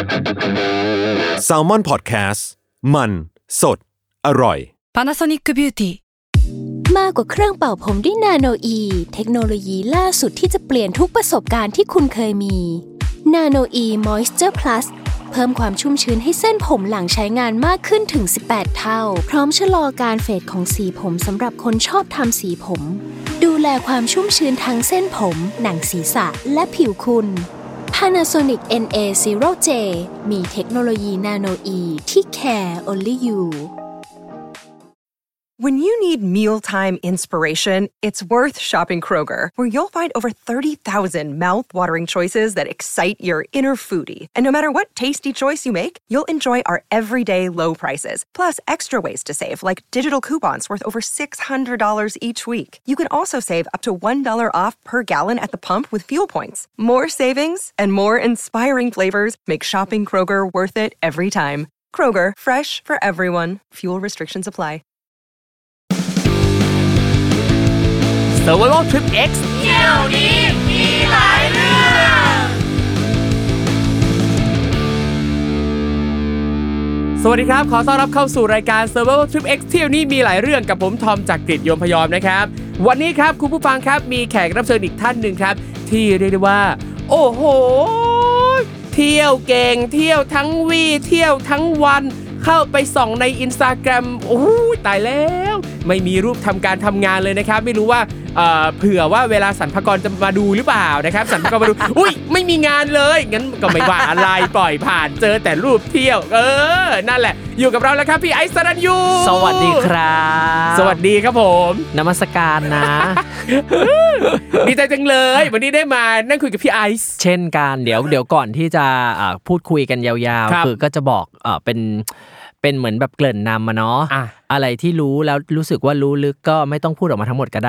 Salmon Podcast มันสดอร่อย Panasonic Beauty มากกว่าเครื่องเป่าผมด้วยนาโนอีเทคโนโลยีล่าสุดที่จะเปลี่ยนทุกประสบการณ์ที่คุณเคยมีนาโนอีมอยส์เจอร์พลัสเพิ่มความชุ่มชื้นให้เส้นผมหลังใช้งานมากขึ้นถึง18เท่าพร้อมชะลอการเฟดของสีผมสำหรับคนชอบทำสีผมดูแลความชุ่มชื้นทั้งเส้นผมหนังศีรษะและผิวคุณ Panasonic NA0J มีเทคโนโลยีนาโนอีที่ care only you When you need mealtime inspiration, it's worth shopping Kroger, where you'll find over 30,000 mouth-watering choices that excite your inner foodie. And no matter what tasty choice you make, you'll enjoy our everyday low prices, plus extra ways to save, like digital coupons worth over $600 each week. You can also save up to $1 off per gallon at the pump with fuel points. More savings and more inspiring flavors make shopping Kroger worth it every time. Kroger, fresh for everyone. Fuel restrictions apply. Survival Trip X เที่ยวนี้มีหลายเรื่องสวัสดีครับขอต้อนรับเข้าสู่รายการ Survival Trip X เที่ยวนี้มีหลายเรื่องกับผมทอมจากกฤษโยมพยอมนะครับวันนี้ครับคุณผู้ฟังครับมีแขกรับเชิญอีกท่านหนึ่งครับที่เรียกได้ว่าโอ้โหเที่ยวเก่งเที่ยวทั้งวี่เที่ยวทั้งวันเข้าไปส่องใน Instagram โอ้ยตายแล้วไม่มีรูปทำการทำงานเลยนะครับไม่รู้ว่าเผื่อว่าเวลาสรรพากรจะมาดูหรือเปล่านะครับสรรพากรมาดูอุ้ยไม่มีงานเลยงั้นก็ไม่ว่าอะไรปล่อยผ่านเจอแต่รูปเที่ยวนั่นแหละอยู่กับเราแล้วครับพี่ไอซ์สรัญยูสวัสดีครับสวัสดีครับผมนมัสการนะดีใจจังเลยวันนี้ได้มานั่งคุยกับพี่ไอซ์เช่นกันเดี๋ยวก่อนที่จะพูดคุยกันยาวๆคือก็จะบอกเป็นเหมือนแบบเกริ่นนำมาเนาะอะไรที่รู้แล้วรู้สึกว่ารู้ลึกก็ไม่ต้องพูดออกมาทั้งหมดก็ได้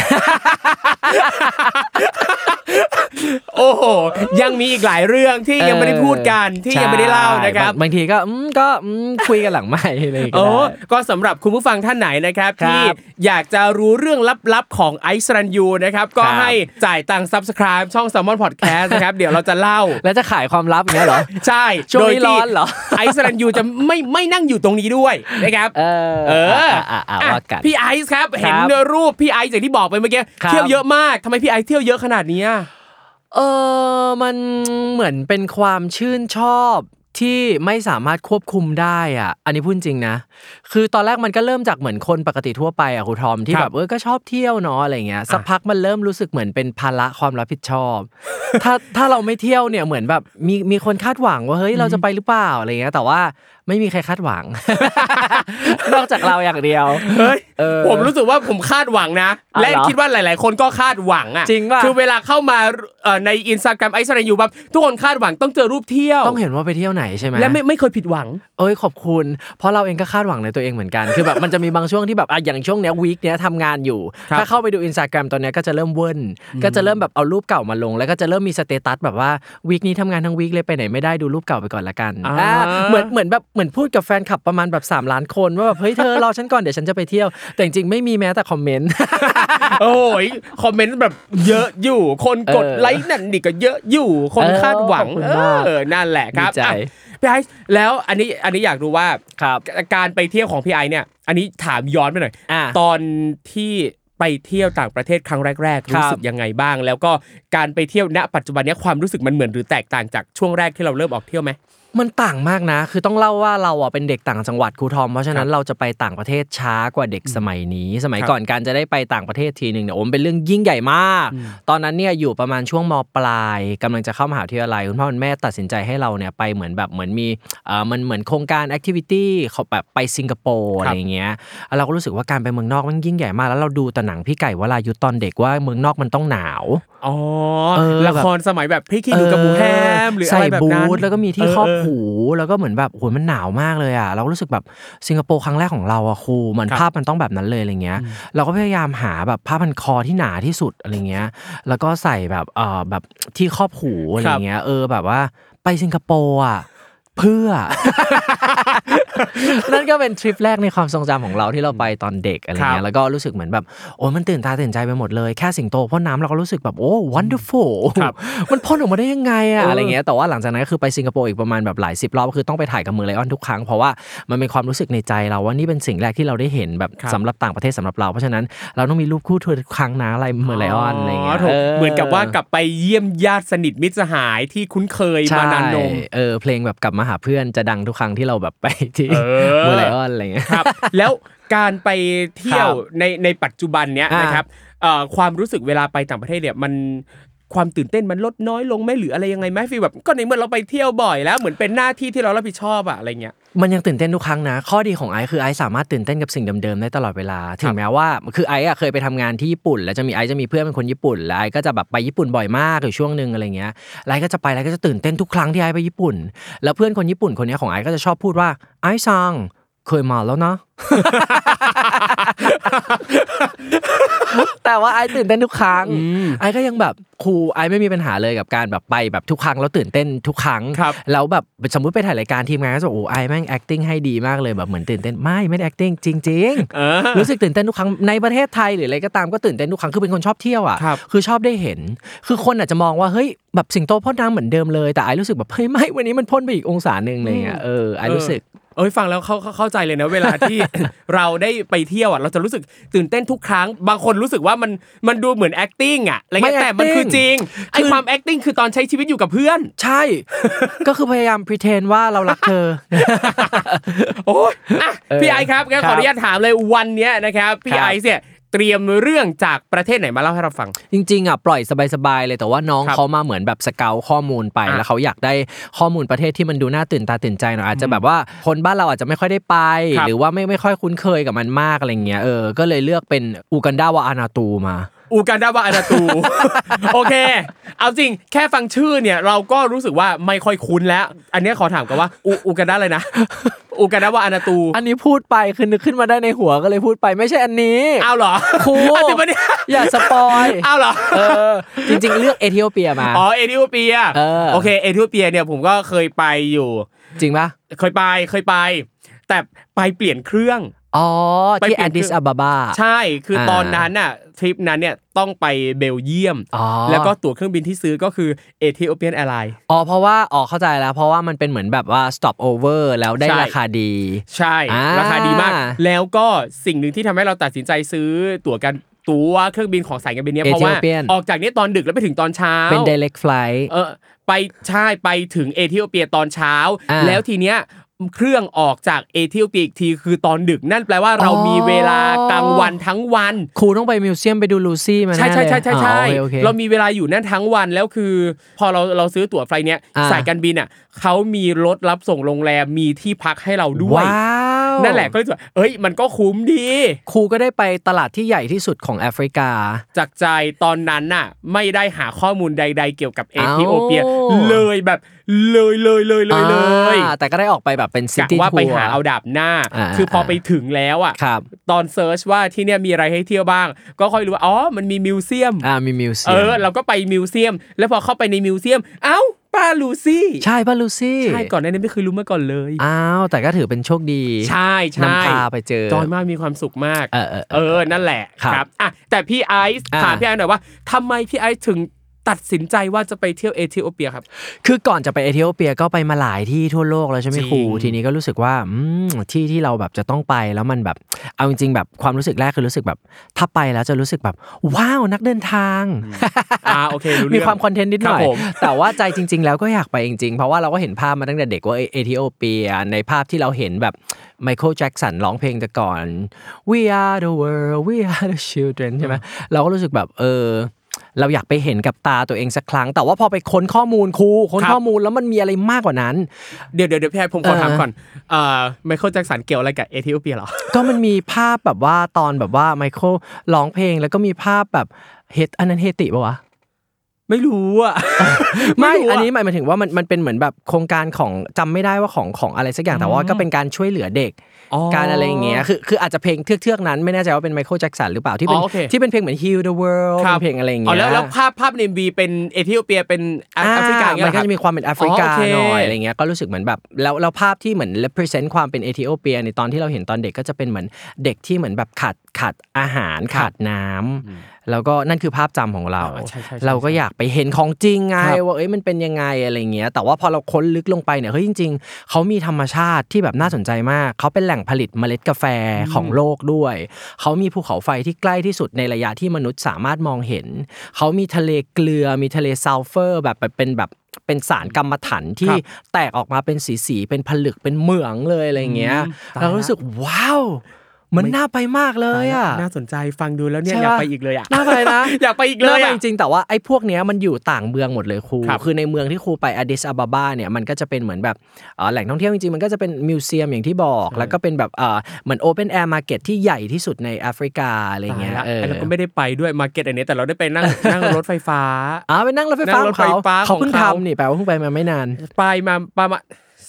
โอ้โหยังมีอีกหลายเรื่องที่ยังไม่ได้พูดกันที่ยังไม่ได้เล่านะครับบางทีก็คุยกันหลังไมค์อะไรก็ได้ก็สำหรับคุณผู้ฟังท่านไหนนะครับที่อยากจะรู้เรื่องลับๆของไอซ์สรัญยูนะครับก็ให้จ่ายตังค์ Subscribe ช่อง Salmon Podcast นะครับเดี๋ยวเราจะเล่าแล้วจะขายความลับอย่างเงี้ยเหรอใช่ช่วงนี้ร้อนเหรอไอซ์สรัญยูจะไม่นั่งอยู่ตรงนี้ด้วยนะครับว่ากันพี่ไอซ์ครับเห็นรูปพี่ไอซ์อย่างที่บอกไปเมื่อกี้เที่ยวเยอะมากทำไมพี่ไอซ์เที่ยวเยอะขนาดนี้มันเหมือนเป็นความชื่นชอบที่ไม่สามารถควบคุมได้อ่ะอันนี้พูดจริงนะคือตอนแรกมันก็เริ่มจากเหมือนคนปกติทั่วไปอ่ะครูทอมที่แบบก็ชอบเที่ยวเนาะอะไรเงี้ยสักพักมันเริ่มรู้สึกเหมือนเป็นภาระความรับผิดชอบถ้าเราไม่เที่ยวเนี่ยเหมือนแบบมีคนคาดหวังว่าเฮ้ยเราจะไปหรือเปล่าอะไรเงี้ยแต่ว่าไม่มีใครคาดหวัง นอกจากเราอย่างเดียวเฮ้ยผมรู้สึกว่าผมคาดหวังนะและคิดว่าหลายๆคนก็คาดหวังอ่ะจริงป่ะคือเวลาเข้ามาใน Instagram ไอซ์สรัญยูแบบทุกคนคาดหวังต้องเจอรูปเที่ยวต้องเห็นว่าไปเที่ยวไหนใช่มั้ยและไม่เคยผิดหวังขอบคุณเพราะเราเองก็คาดหวังในตัวเองเหมือนกันคือแบบมันจะมีบางช่วงที่แบบอย่างช่วงเนี้ยวีคเนี้ยทำงานอยู่ถ้าเข้าไปดู Instagram ตอนเนี้ยก็จะเริ่มเวิ้นก็จะเริ่มแบบเอารูปเก่ามาลงแล้วก็จะเริ่มมีสเตตัสแบบว่าวีคนี้ทำงานทั้งวีคเลยไปไหนไม่ได้ดูรูปเก่าไปก่อนละกันเหมือนพูดกับแฟนคลับประมาณแบบ3ล้านคนว่าแบบเฮ้ยเธอรอฉันก่อนเดี๋ยวฉันจะไปเที่ยวแต่จริงๆไม่มีแม้แต่คอมเมนต์โอ้ยคอมเมนต์แบบเยอะอยู่คนกดไลค์นั่นนี่ก็เยอะอยู่คนคาดหวังนั่นแหละครับพี่ไอซ์แล้วอันนี้อยากรู้ว่าการไปเที่ยวของพี่ไอซ์เนี่ยอันนี้ถามย้อนไปหน่อยตอนที่ไปเที่ยวต่างประเทศครั้งแรกๆรู้สึกยังไงบ้างแล้วก็การไปเที่ยวณปัจจุบันนี้ความรู้สึกมันเหมือนหรือแตกต่างจากช่วงแรกที่เราเริ่มออกเที่ยวไหมมันต่างมากนะคือต้องเล่าว่าเราอ่ะเป็นเด็กต่างจังหวัดครูทอมเพราะฉะนั้นเราจะไปต่างประเทศช้ากว่าเด็กสมัยนี้สมัยก่อนการจะได้ไปต่างประเทศทีนึงเนี่ยเป็นเรื่องยิ่งใหญ่มากตอนนั้นเนี่ยอยู่ประมาณช่วงม.ปลายกำลังจะเข้ามหาวิทยาลัยคุณพ่อคุณแม่ตัดสินใจให้เราเนี่ยไปเหมือนมีมันเหมือนโครงการแอคทิวิตี้เขาแบบไปสิงคโปร์อะไรอย่างเงี้ยเราก็รู้สึกว่าการไปเมืองนอกมันยิ่งใหญ่มากแล้วเราดูแต่หนังพี่ไก่วรายุทธตอนเด็กว่าเมืองนอกมันต้องหนาวละครสมัยแบบพี่ขี้หนูกับหมูแฮมหรืออะไรแบบนั้นใส่บูทแล้วก็มีที่ครอบหูแล้วก็เหมือนแบบโหมันหนาวมากเลยอ่ะเรารู้สึกแบบสิงคโปร์ครั้งแรกของเราอ่ะครูเหมือนภาพมันต้องแบบนั้นเลยอะไรเงี้ยเราก็พยายามหาแบบผ้าพันคอที่หนาที่สุดอะไรเงี้ยแล้วก็ใส่แบบที่ครอบหูอะไรเงี้ยแบบว่าไปสิงคโปร์อ่ะเพื่อนั่นก็เป็นทริปแรกในความทรงจำของเราที่เราไปตอนเด็กอะไรเงี้ยแล้วก็รู้สึกเหมือนแบบโอ้มันตื่นตาตื่นใจไปหมดเลยแค่สิงโตพ่นน้ำเราก็รู้สึกแบบโอ้ wonderful มันพ่นออกมาได้ยังไงอะอะไรเงี้ยแต่ว่าหลังจากนั้นก็คือไปสิงคโปร์อีกประมาณแบบหลาย10รอบคือต้องไปถ่ายกับมือไลออนทุกครั้งเพราะว่ามันเป็นความรู้สึกในใจเราว่านี่เป็นสิ่งแรกที่เราได้เห็นแบบสำหรับต่างประเทศสำหรับเราเพราะฉะนั้นเราต้องมีรูปคู่ทุกครั้งนะอะไรมือไลออนอะไรเงี้ยเหมือนกับว่ากลับไปเยี่ยมญาติสนิทมิตรสหายที่คุ้นเคยมานานนมเพลงแบบกลับมาหาเพื่อนจะดังทุกครั้งที่เราแบบไปที่มือไลออนอะไรเงี้ยครับแล้วการไปเที่ยวในปัจจุบันเนี้ยนะครับความรู้สึกเวลาไปต่างประเทศเนี่ยมันความตื่นเต้นมันลดน้อยลงไหมหรืออะไรยังไงไหมฟีลแบบก็ในเมื่อเราไปเที่ยวบ่อยแล้วเหมือนเป็นหน้าที่ที่เรารับผิดชอบอะอะไรเงี้ยมันยังตื่นเต้นทุกครั้งนะข้อดีของไอซ์คือไอซ์สามารถตื่นเต้นกับสิ่งเดิมๆได้ตลอดเวลาถึงแม้ว่าคือไอซ์เคยไปทำงานที่ญี่ปุ่นแล้วไอซ์จะมีเพื่อนเป็นคนญี่ปุ่นแล้วไอซ์ก็จะแบบไปญี่ปุ่นบ่อยมากอยู่ช่วงนึงอะไรเงี้ยไอซ์ก็จะไปไอซ์ก็จะตื่นเต้นทุกครั้งที่ไอซ์ไปญี่ปุ่นแล้วเพื่อนคนญี่ปุ่นคนนี้ของไอซ์ก็จะชอบพูดว่าไอซ์ซังเคยมาแล้วนะแต่ว่าไอตื่นเต้นทุกครั้งไอก็ยังแบบครูไอไม่มีปัญหาเลยกับการแบบไปแบบทุกครั้งแล้วตื่นเต้นทุกครั้งแล้วแบบสมมุติไปถ่ายรายการทีมงานก็จะโอ้ไอแม่ง acting ให้ดีมากเลยแบบเหมือนตื่นเต้นไม่ได้ acting จริงๆรู้สึกตื่นเต้นทุกครั้งในประเทศไทยหรืออะไรก็ตามก็ตื่นเต้นทุกครั้งคือเป็นคนชอบเที่ยวอ่ะคือชอบได้เห็นคือคนอาจจะมองว่าเฮ้ยแบบสิงโตพ่นน้ำเหมือนเดิมเลยแต่ไอรู้สึกแบบเฮ้ยไม่วันนี้มันพ่นไปอีกองศานึงอะไรเงี้ยไอรู้สึกฟังแล้วเข้าใจเลยนะเวลาที่ เราได้ไปเที่ยวอ่ะเราจะรู้สึกตื่นเต้นทุกครั้งบางคนรู้สึกว่ามันดูเหมือน acting อ่ะอะไรเงี้ยแต่มันคือจริงไอ้ความ acting คือตอนใช้ชีวิตอยู่กับเพื่อนใช่ก็คือพยายาม pretend ว่าเรารักเธอโอ้ยพี่ไอซ์ครับงั้นขออนุญาตถามเลยวันเนี้ยนะครับพี่ไอซ์เนี่ยเตรียมเรื่องจากประเทศไหนมาเล่าให้เราฟังจริงๆอ่ะปล่อยสบายๆเลยแต่ว่าน้องเขามาเหมือนแบบสเกาต์ข้อมูลไปแล้วเขาอยากได้ข้อมูลประเทศที่มันดูน่าตื่นตาตื่นใจหน่อยอาจจะแบบว่าคนบ้านเราอาจจะไม่ค่อยได้ไปหรือว่าไม่ค่อยคุ้นเคยกับมันมากอะไรเงี้ยก็เลยเลือกเป็นอูกันดาวาอานาตูมาอูกันดาวาอานาตูโอเคเอาจริงแค่ฟังชื่อเนี่ยเราก็รู้สึกว่าไม่ค่อยคุ้นแล้วอันนี้ขอถามกันว่าอูกันดาอะไรนะอูกันดาวาอานาตูอันนี้พูดไปคือนึกขึ้นมาได้ในหัวก็เลยพูดไปไม่ใช่อันนี้อ้าวเหรอครูอย่าสปอยอ้าวเหรอจริงๆเลือกเอธิโอเปียมาอ๋อเอธิโอเปียโอเคเอธิโอเปียเนี่ยผมก็เคยไปอยู่จริงป่ะเคยไปแต่ไปเปลี่ยนเครื่องที่แอดดิสอาบาบาใช่คือตอนนั้นน่ะทริปนั้นเนี่ยต้องไปเบลเยียมแล้วก็ตั๋วเครื่องบินที่ซื้อก็คือ Ethiopian Airlines เพราะว่าเข้าใจแล้วเพราะว่ามันเป็นเหมือนแบบว่า stop over แล้วได้ราคาดีใช่ราคาดีมากแล้วก็สิ่งหนึ่งที่ทำให้เราตัดสินใจซื้อตั๋วเครื่องบินของสายการบินนี้เพราะว่าออกจากนี้ตอนดึกแล้วไปถึงตอนเช้าเป็น direct flight ไปถึงเอธิโอเปียตอนเช้าแล้วทีเนี้ยเครื่องออกจากเอธิโอเปียอีกทีคือตอนดึกนั่นแปลว่าเรามีเวลากลางวันทั้งวันครูต้องไปมิวเซียมไปดูลูซี่มาแน่เลยใช่เรามีเวลาอยู่นั่นทั้งวันแล้วคือพอเราซื้อตั๋วไฟล์เนี้ยสายการบินอ่ะเขามีรถรับส่งโรงแรมมีที่พักให้เราด้วยนั่นแหละก็เลยว่ามันก็คุ้มดีครูก็ได้ไปตลาดที่ใหญ่ที่สุดของแอฟริกาจากใจตอนนั้นน่ะไม่ได้หาข้อมูลใดๆเกี่ยวกับเอธิโอเปียเลยแบบเลยแต่ก็ได้ออกไปแบบเป็นซิตี้ทัวร์ว่าไปหาเอาดาบหน้าคือพอไปถึงแล้วอ่ะตอนเซิร์ชว่าที่เนี่ยมีอะไรให้เที่ยวบ้างก็ค่อยรู้ว่ามันมีมิวเซียมมีมิวเซียมเราก็ไปมิวเซียมแล้วพอเข้าไปในมิวเซียมป้าลูซี่ใช่ป้าลูซี่ใช่ก่อนหน้านี้ไม่เคยรู้มาก่อนเลยแต่ก็ถือเป็นโชคดีใช่นำพาไปเจอจอยมากมีความสุขมากนั่นแหละครับแต่พี่ไอซ์ถามพี่ไอซ์หน่อยว่าทำไมพี่ไอซ์ถึงตัดสินใจว่าจะไปเที่ยวเอธิโอเปียครับคือก่อนจะไปเอธิโอเปียก็ไปมาหลายที่ทั่วโลกแล้วใช่ไหมครูทีนี้ก็รู้สึกว่าที่เราแบบจะต้องไปแล้วมันแบบเอาจริงๆแบบความรู้สึกแรกคือรู้สึกแบบถ้าไปแล้วจะรู้สึกแบบว้าวนักเดินทางโอเคมีความคอนเทนต์นิดหน่อยแต่ว่าใจจริงๆแล้วก็อยากไปจริงๆเพราะว่าเราก็เห็นภาพมาตั้งแต่เด็กว่าเอธิโอเปียในภาพที่เราเห็นแบบไมเคิลแจ็คสันร้องเพลงแต่ก่อน We are the world we are the children ใช่ไหมเราก็รู้สึกแบบเราอยากไปเห็นกับตาตัวเองสักครั้งแต่ว่าพอไปค้นข้อมูลข้อมูลแล้วมันมีอะไรมากกว่านั้นเดี๋ยวพี่ไอผมขอถามก่อนไมเคิลแจ็คสันเกี่ยวอะไรกับเอธิโอเปียหรอก็มันมีภาพแบบว่าตอนแบบว่าไมเคิลร้องเพลงแล้วก็มีภาพแบบอันนั้นเฮติป่ะวะไม่รู้อ่ะไม่อันนี้หมายถึงว่ามันเป็นเหมือนแบบโครงการของจำไม่ได้ว่าของอะไรสักอย่างแต่ว่าก็เป็นการช่วยเหลือเด็กการอะไรอย่างเงี้ยคืออาจจะเพลงเทือกๆนั้นไม่แน่ใจว่าเป็นไมเคิลแจ็คสันหรือเปล่าที่เป็นเพลงเหมือน Heal the World เป็นเพลงอะไรอย่างเงี้ยแล้วภาพใน MV เป็นเอธิโอเปียเป็นแอฟริกามันก็จะมีความเป็นแอฟริกาหน่อยอะไรเงี้ยก็รู้สึกเหมือนแบบแล้วภาพที่เหมือน represent ความเป็นเอธิโอเปียในตอนที่เราเห็นตอนเด็กก็จะเป็นเหมือนเด็กที่เหมือนแบบขาดอาหารขาดน้ำแล้วก็นั่นคือภาพจำของเราเราก็อยากไปเห็นของจริงไงว่ามันเป็นยังไงอะไรเงี้ยแต่ว่าพอเราค้นลึกลงไปเนี่ยเฮ้ยจริงๆเขามีธรรมชาติที่แบบน่าสนใจมากเขาเป็นแหล่งผลิตเมล็ดกาแฟของโลกด้วยเขามีภูเขาไฟที่ใกล้ที่สุดในระยะที่มนุษย์สามารถมองเห็นเขามีทะเลเกลือมีทะเลซัลเฟอร์เป็นสารกัมมันถันที่แตกออกมาเป็นสีเป็นผลึกเป็นเหมืองเลยอะไรเงี้ยเรารู้สึกว้าวมันน่าไปมากเลยอ่ะน่าสนใจฟังดูแล้วเนี่ยอยากไปอีกเลยอ่ะน่าไปนะอยากไปอีกเลยอ่ะจริงๆแต่ว่าไอ้พวกเนี้ยมันอยู่ต่างเมืองหมดเลยครูคือในเมืองที่ครูไปอาดิสอาบาบาเนี่ยมันก็จะเป็นเหมือนแบบแหล่งท่องเที่ยวจริงๆมันก็จะเป็นมิวเซียมอย่างที่บอกแล้วก็เป็นแบบเหมือนโอเพนแอร์มาร์เก็ตที่ใหญ่ที่สุดในแอฟริกาอะไรเงี้ยเราก็ไม่ได้ไปด้วยมาร์เก็ตอันนี้แต่เราได้ไปนั่งรถไฟฟ้าไปนั่งรถไฟฟ้าของเขาเพิ่งทำนี่แปลว่าเพิ่งไปมาไม่นานไปมาประมาณ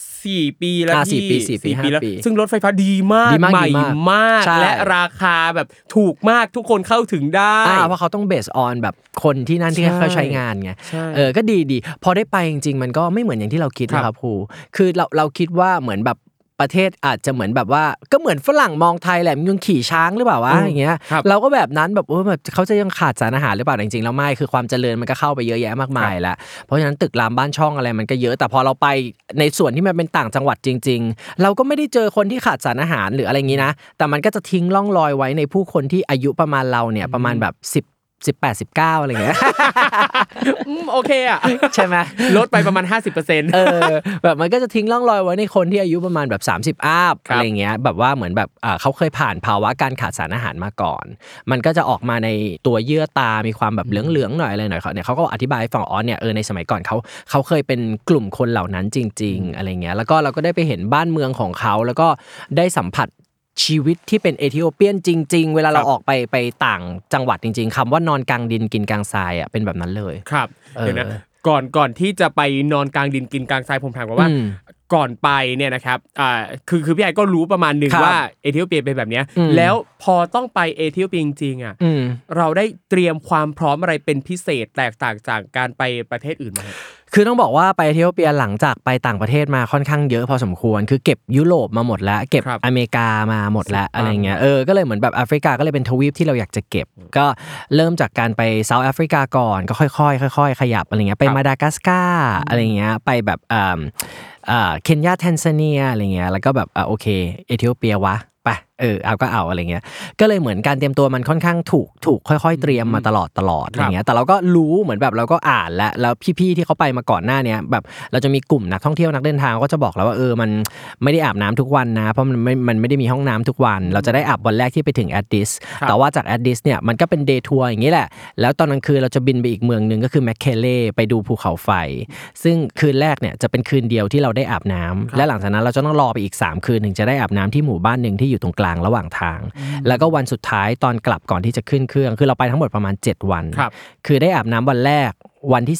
4 ปีแล้วที่4 ปีแล้วซึ่งรถไฟฟ้าดีมากใหม่มากและราคาแบบถูกมากทุกคนเข้าถึงได้เพราะเขาต้องเบสออนแบบคนที่นั่นที่เขาใช้งานไงก็ดีพอได้ไปจริงๆมันก็ไม่เหมือนอย่างที่เราคิดนะครับครูคือเราคิดว่าเหมือนแบบประเทศอาจจะเหมือนแบบว่าก็เหมือนฝรั่งมองไทยแหละมันยังขี่ช้างหรือเปล่าวะอย่างเงี้ยเราก็แบบนั้นแบบแบบเขาจะยังขาดสารอาหารหรือเปล่าจริงๆแล้วไม่คือความเจริญมันก็เข้าไปเยอะแยะมากมายแล้วเพราะฉะนั้นตึกรามบ้านช่องอะไรมันก็เยอะแต่พอเราไปในส่วนที่มันเป็นต่างจังหวัดจริงๆเราก็ไม่ได้เจอคนที่ขาดสารอาหารหรืออะไรอย่างงี้นะแต่มันก็จะทิ้งร่องรอยไว้ในผู้คนที่อายุประมาณเราเนี่ยประมาณแบบ18 19อะไรเงี้ยโอเคอ่ะใช่ไหมลดไปประมาณ 50% แบบมันก็จะทิ้งร่องรอยไว้ในคนที่อายุประมาณแบบ30อัพอะไรเงี้ยแบบว่าเหมือนแบบเขาเคยผ่านภาวะการขาดสารอาหารมาก่อนมันก็จะออกมาในตัวเยื่อตามีความแบบเหลืองๆหน่อยอะไรหน่อยเนี่ยเขาก็อธิบายให้ฟังเนี่ยในสมัยก่อนเขาเคยเป็นกลุ่มคนเหล่านั้นจริงๆอะไรเงี้ยแล้วก็เราก็ได้ไปเห็นบ้านเมืองของเขาแล้วก็ได้สัมผัสชีวิตที่เป็นเอธิโอเปียนจริงๆเวลาเราออกไปต่างจังหวัดจริงๆคำว่านอนกลางดินกินกลางทรายเป็นแบบนั้นเลยครับเดี๋ยวนะก่อนที่จะไปนอนกลางดินกินกลางทรายผมถามว่าก่อนไปเนี่ยนะครับคือพี่ไอก็รู้ประมาณนึงว่าเอธิโอเปียเป็นแบบนี้แล้วพอต้องไปเอธิโอเปียจริงๆเราได้เตรียมความพร้อมอะไรเป็นพิเศษแตกต่างจากการไปประเทศอื่นมั้ยคือต้องบอกว่าไปเอธิโอเปียหลังจากไปต่างประเทศมาค่อนข้างเยอะพอสมควรคือเก็บยุโรปมาหมดแล้วเก็บอเมริกามาหมดแล้วอะไรเงี้ยก็เลยเหมือนแบบแอฟริกาก็เลยเป็นทวีปที่เราอยากจะเก็บก็เริ่มจากการไปเซาท์แอฟริกาก่อนก็ค่อยๆขยับอะไรเงี้ยไปมาดากัสการ์อะไรเงี้ยไปแบบเคนยาแทนซาเนียอะไรเงี้ยแล้วก็แบบโอเคเอธิโอเปียวะไปเอาก็เอาอะไรเงี้ยก็เลยเหมือนการเตรียมตัวมันค่อนข้างถูกค่อยๆเตรียมมาตลอดอะไรเงี้ยแต่เราก็รู้เหมือนแบบเราก็อ่านแล้วพี่ๆที่เขาไปมาก่อนหน้านี้แบบเราจะมีกลุ่มนักท่องเที่ยวนักเดินทางก็จะบอกแล้วว่ามันไม่ได้อาบน้ำทุกวันนะเพราะมันไม่ได้มีห้องน้ำทุกวันเราจะได้อาบวันแรกที่ไปถึงแอดดิสแต่ว่าจากแอดดิสเนี่ยมันก็เป็นเดย์ทัวร์อย่างนี้แหละแล้วตอนกลางคืนเราจะบินไปอีกเมืองนึงก็คือแมคเคเล่ไปดูภูเขาไฟซึ่งคืนแรกเนี่ยจะเป็นคืนเดียวที่เราได้อาบน้ำและหลังจากนั้นเราจะต้องรอไปอีก3คืนถึงจะได้อาบน้ำที่หมู่บ้านนึงที่อยู่ตรงกลางระหว่างทางแล้วก็วันสุดท้ายตอนกลับก่อนที่จะขึ้นเครื่องคือเราไปทั้งหมดประมาณ7วันคือได้อาบน้ำวันแรกวันที่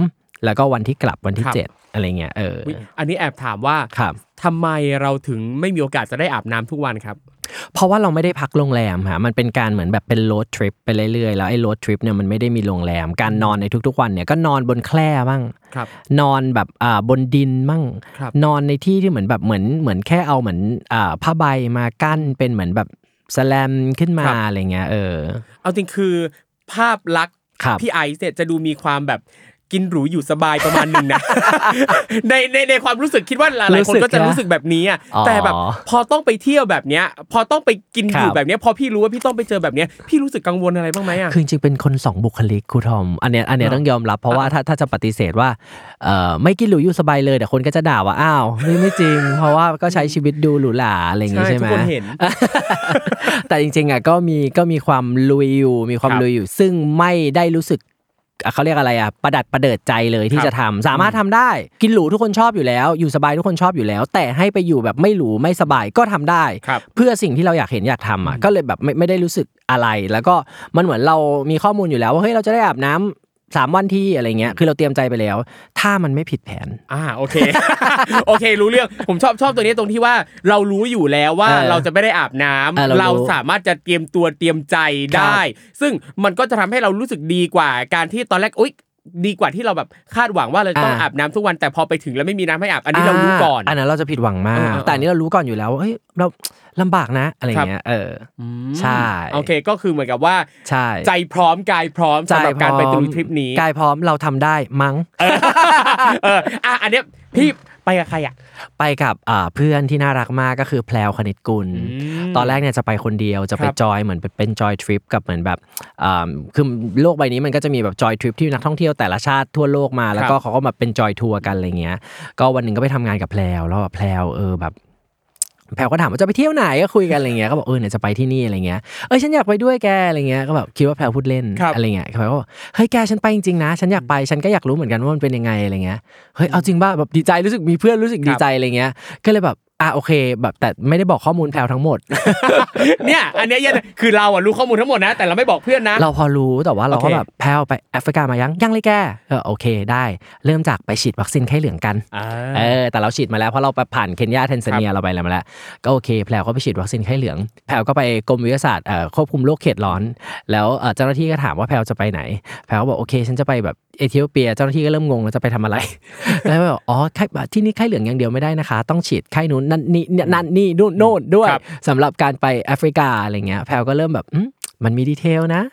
3แล้วก็วันที่กลับวันที่7อะไรเงี้ยอันนี้แอบถามว่าทำไมเราถึงไม่มีโอกาสจะได้อาบน้ำทุกวันครับเพราะว่าเราไม่ได้พักโรงแรมค่ะมันเป็นการเหมือนแบบเป็นโรดทริปไปเรื่อยๆแล้วไอ้โรดทริปเนี่ยมันไม่ได้มีโรงแรมการนอนในทุกๆวันเนี่ยก็นอนบนแคร่บ้างนอนแบบบนดินบ้างนอนในที่ที่เหมือนแบบเหมือนแค่เอาเหมือนผ้าใบมากั้นเป็นเหมือนแบบสแลมขึ้นมาอะไรเงี้ยเอาจริงคือภาพลักษณ์พี่ไอซ์เนี่ยจะดูมีความแบบกินหรูอยู่สบายประมาณนึงนะ ในความรู้สึกคิดว่าหลายๆคนก็จะรู้สึกแบบนี้แต่แบบพอต้องไปเที่ยวแบบเนี้ยพอต้องไปกินอยู่แบบเนี้ยพอพี่รู้ว่าพี่ต้องไปเจอแบบเนี้ยพี่รู้สึกกังวลอะไรบ้างมั้ยคือจริงๆเป็นคน2บุคลิกครูทอมอันเนี้ยต้องยอมรับเพราะว่าถ้าจะปฏิเสธว่าไม่กินหรูอยู่สบายเลยแต่คนก็จะด่าว่าอ้าวไม่จริงเพราะว่าก็ใช้ชีวิตดูหรูหราอะไรอย่างงี้ใช่มั้ยทุกคนเห็น แต่จริงๆก็มีความลุยอยู่ซึ่งไม่ได้รู้สึกเขาเรียกอะไรประดัดประเดิดใจเลยที่จะทำสามารถทำได้กินหรูทุกคนชอบอยู่แล้วอยู่สบายทุกคนชอบอยู่แล้วแต่ให้ไปอยู่แบบไม่หรูไม่สบายก็ทำได้เพื่อสิ่งที่เราอยากเห็นอยากทำก็เลยแบบไม่ได้รู้สึกอะไรแล้วก็มันเหมือนเรามีข้อมูลอยู่แล้วว่าเฮ้ยเราจะได้อาบน้ 3วันที่อะไรเงี้ยคือเราเตรียมใจไปแล้วถ้ามันไม่ผิดแผนโอเค โอเครู้เรื่องผมชอบตัวนี้ตรงที่ว่าเรารู้อยู่แล้วว่าเราจะไม่ได้อาบน้ำเราสามารถจะเตรียมตัวเตรียมใจได้ซึ่งมันก็จะทำให้เรารู้สึกดีกว่าการที่ตอนแรกดีกว่าที่เราแบบคาดหวังว่าเราต้องอาบน้ำทุกวันแต่พอไปถึงแล้วไม่มีน้ำให้อาบอันนี้เรารู้ก่อนอันนั้นเราจะผิดหวังมากแต่อันนี้เรารู้ก่อนอยู่แล้วเฮ้ยเราลำบากนะอะไรเงี้ยใช่โอเคก็คือเหมือนกับว่าใจพร้อมกายพร้อมสำหรับการไปตะลุยทริปนี้กายพร้อมเราทำได้มั้งอันเนี้ยพี่ไปกับใครไปกับเพื่อนที่น่ารักมากก็คือแพลวคณิตกุลตอนแรกเนี่ยจะไปคนเดียวจะไปจอยเหมือนเป็นจอยทริปกับเหมือนแบบคือโลกใบนี้มันก็จะมีแบบจอยทริปที่นักท่องเที่ยวแต่ละชาติทั่วโลกมาแล้วก็เขาก็มาเป็นจอยทัวร์กันอะไรเงี้ยก็วันนึงก็ไปทำงานกับแพลวแล้วแพลวแบบแพลวก็ถามว่าจะไปเที่ยวไหนก็คุยกันอะไรเงี้ยก็บอกเนี่ยจะไปที่นี่อะไรเงี้ยฉันอยากไปด้วยแกอะไรเงี้ยก็แบบคิดว่าแพลวพูดเล่นอะไรเงี้ยแพลวก็เฮ้ยแกฉันไปจริงๆนะฉันอยากไปฉันก็อยากรู้เหมือนกันว่ามันเป็นยังไงอะไรเงี้ยเฮ้ยเอาจริงป่ะแบบดีใจรู้สึกมีเพื่อนรู้สึกดีใจอะไรเงี้ยก็เลยแบบโอเคแบบแต่ไม่ได้บอกข้อมูลแพลวทั้งหมดเนี่ยอันนี้คือเรารู้ข้อมูลทั้งหมดนะแต่เราไม่บอกเพื่อนนะเราพอรู้แต่ว่าเราก็แบบแพลวไปแอฟริกามายังเลยแกโอเคได้เริ่มจากไปฉีดวัคซีนไข้เหลืองกันแต่เราฉีดมาแล้วเพราะเราไปผ่านเคนยาแทนซาเนียเราไปแล้วมาแล้วก็โอเคแพลวก็ไปฉีดวัคซีนไข้เหลืองแพลวก็ไปกรมวิทยาศาสตร์ควบคุมโรคเขตร้อนแล้วเจ้าหน้าที่ก็ถามว่าแพลวจะไปไหนแพลวก็บอกโอเคฉันจะไปแบบเอธิโอเปียเจ้าหน้าที่ก็เริ่มงงแล้วจะไปทำอะไรแล้วบอกที่นี่ไข้เหลืองอย่างเดียวไม่ได้นะคะต้องฉีดไข้นู้นนั่นนี่โน่นด้วยสำหรับการไปแอฟริกาอะไรเงี้ยแพลวก็เริ่มแบบมันมีดีเทลนะ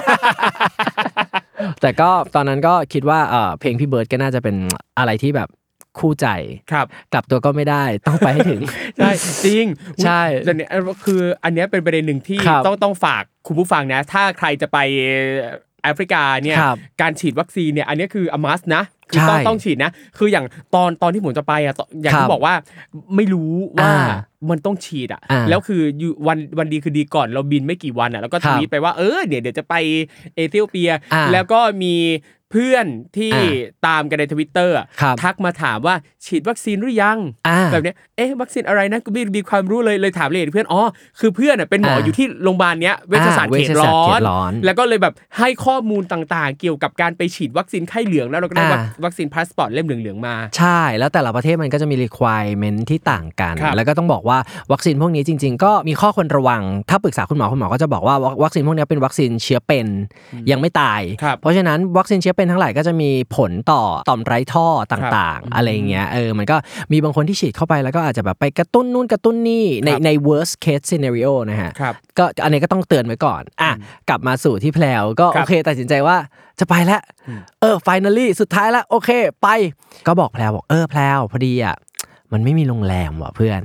แต่ก็ตอนนั้นก็คิดว่าเพลงพี่เบิร์ดก็น่าจะเป็นอะไรที่แบบคู่ใจกลับตัวก็ไม่ได้ต้องไปให้ถึงใช่จริงใช่แต่เนี่ยคืออันนี้เป็นประเด็นหนึ่งที่ต้องฝากคุณผู้ฟังนะถ้าใครจะไปแอฟริกาเนี่ยการฉีดวัคซีนเนี่ยอันนี้คือa mustนะคือต้องฉีดนะคืออย่างตอนที่ผมจะไปอย่างที่บอกว่าไม่รู้ว่ามันต้องฉีดแล้วคือวันดีคือดีก่อนเราบินไม่กี่วันแล้วก็ทวีตไปว่าเดี๋ยวจะไปเอธิโอเปียแล้วก็มีเพื่อนที่ตามกันใน Twitter ทักมาถามว่าฉีดวัคซีนหรือยังแบบนี้วัคซีนอะไรนะกูไม่มีความรู้เลยถามเลยเพื่อนคือเพื่อนเป็นหมออยู่ที่โรงพยาบาลเนี้ยเวชศาสตร์เขตร้อนแล้วก็เลยแบบให้ข้อมูลต่างๆเกี่ยวกับการไปฉีดวัคซีนไข้เหลืองแล้วเราก็ได้วัคซีนพาสปอร์ตเล่มเหลืองๆมาใช่แล้วแต่ละประเทศมันก็จะมี requirement ที่ต่างกันแล้วก็ต้องบอกว่าวัคซีนพวกนี้จริงๆก็มีข้อควรระวังถ้าปรึกษาคุณหมอก็จะบอกว่าวัคซีนพวกนี้เป็นวัคซีนเชื้อเป็นยังไม่ตายเพราะฉะนั้นวัคซีนเชื้อเป็นทั้งหลายก็จะมีผลต่อต่อมไร้ท่อต่างๆอะไรเงี้ยมันก็มีบางคนที่ฉีดเข้าไปแล้วก็อาจจะแบบไปกระตุ้นนู่นกระตุ้นนี่ใน worst case scenario นะฮะก็อันนี้ก็ต้องเตือนไว้ก่อนกลับมาสู่ที่แพลวก็โอเคตัดสินใจว่าจะไปแล้วfinally สุดท้ายแล้วโอเคไปก็บอกแพลวบอกแพลวพอดีมันไม่มีโรงแรมว่ะเพื่อน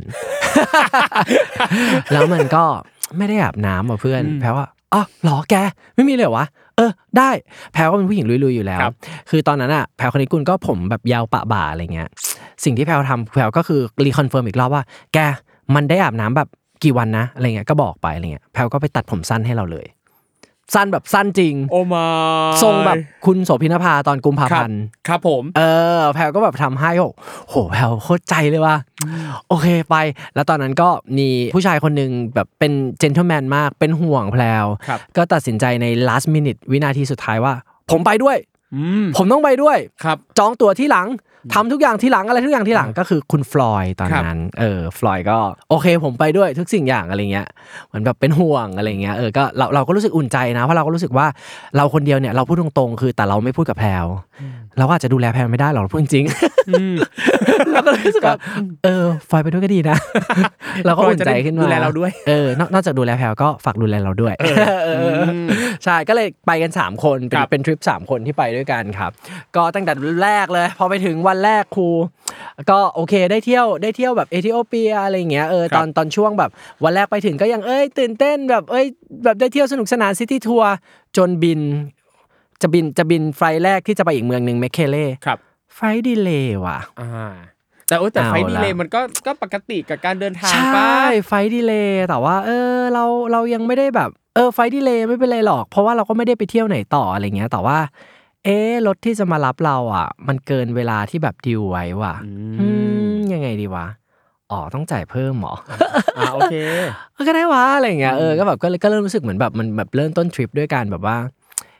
แล้วมันก็ไม่ได้อาบน้ำว่ะเพื่อนแพลว่าหรอแกไม่มีเลยเหรอวะได้แพลก็เป็นผู้หญิงลุยๆอยู่แล้วคือตอนนั้นแพลคณิกุลก็ผมแบบยาวปะบ่าอะไรเงี้ยสิ่งที่แพลทำแพลก็คือรีคอนเฟิร์มอีกรอบว่าแกมันได้อาบน้ำแบบกี่วันนะอะไรเงี้ยก็บอกไปอะไรเงี้ยแพลก็ไปตัดผมสั้นให้เราเลยสั้นแบบสั้นจริงโอ้มาทรงแบบคุณโสภินภาตอนกุมภาพันธ์ครับผมแพลก็แบบทำให้โหแพลโคตรใจเลยว่ะโอเคไปแล้วตอนนั้นก็มีผู้ชายคนนึงแบบเป็นเจนเทิลแมนมากเป็นห่วงแพลก็ตัดสินใจใน last minute วินาทีสุดท้ายว่าผมไปด้วยผมต้องไปด้วยจองตั๋วที่หลังทำทุกอย่างที่หลังอะไรทุกอย่างที่หลังก็คือคุณฟลอยด์ตอนนั้นฟลอยด์ก็โอเคผมไปด้วยทุกสิ่งอย่างอะไรเงี้ยเหมือนแบบเป็นห่วงอะไรเงี้ยก็เราก็รู้สึกอุ่นใจนะเพราะเราก็รู้สึกว่าเราคนเดียวเนี่ยเราพูดตรงๆคือแต่เราไม่พูดกับแพลวเราก็อาจจะดูแลแพลวไม่ได้หรอกพูดจริงเราก็รู้สึกว่าฟลอยด์ไปด้วยก็ดีนะเราก็อุ่นใจขึ้นมาดูแลเราด้วยนอกจากดูแลแพลวก็ฝากดูแลเราด้วยใช่ก็เลยไปกัน3คนเป็นทริป3คนที่ไปด้วยกันครับก็ตั้งแต่แรกเลยพอไปถึงวันแรกครูก็โอเคได้เที่ยวแบบเอธิโอเปียอะไรอย่างเงี้ยตอนช่วงแบบวันแรกไปถึงก็ยังตื่นเต้นแบบแบบได้เที่ยวสนุกสนานซิตี้ทัวร์จนจะบินไฟล์แรกที่จะไปอีกเมืองนึงเมคเคเล่ไฟล์ดีเลย์ว่ะแต่ไฟล์ดีเลย์มันก็ปกติกับการเดินทางป่ะใช่ไฟล์ดีเลย์แต่ว่าเรายังไม่ได้แบบไฟล์ดีเลย์ไม่เป็นไรหรอกเพราะว่าเราก็ไม่ได้ไปเที่ยวไหนต่ออะไรเงี้ยแต่ว่ารถที่จะมารับเรามันเกินเวลาที่แบบดีลไว้ว่ะยังไงดีวะต้องจ่ายเพิ่มหรอโอเคก็ได้วะอะไรเงี้ยก็แบบก็เริ่มรู้สึกเหมือนแบบมันแบบเริ่มต้นทริปด้วยกันแบบว่า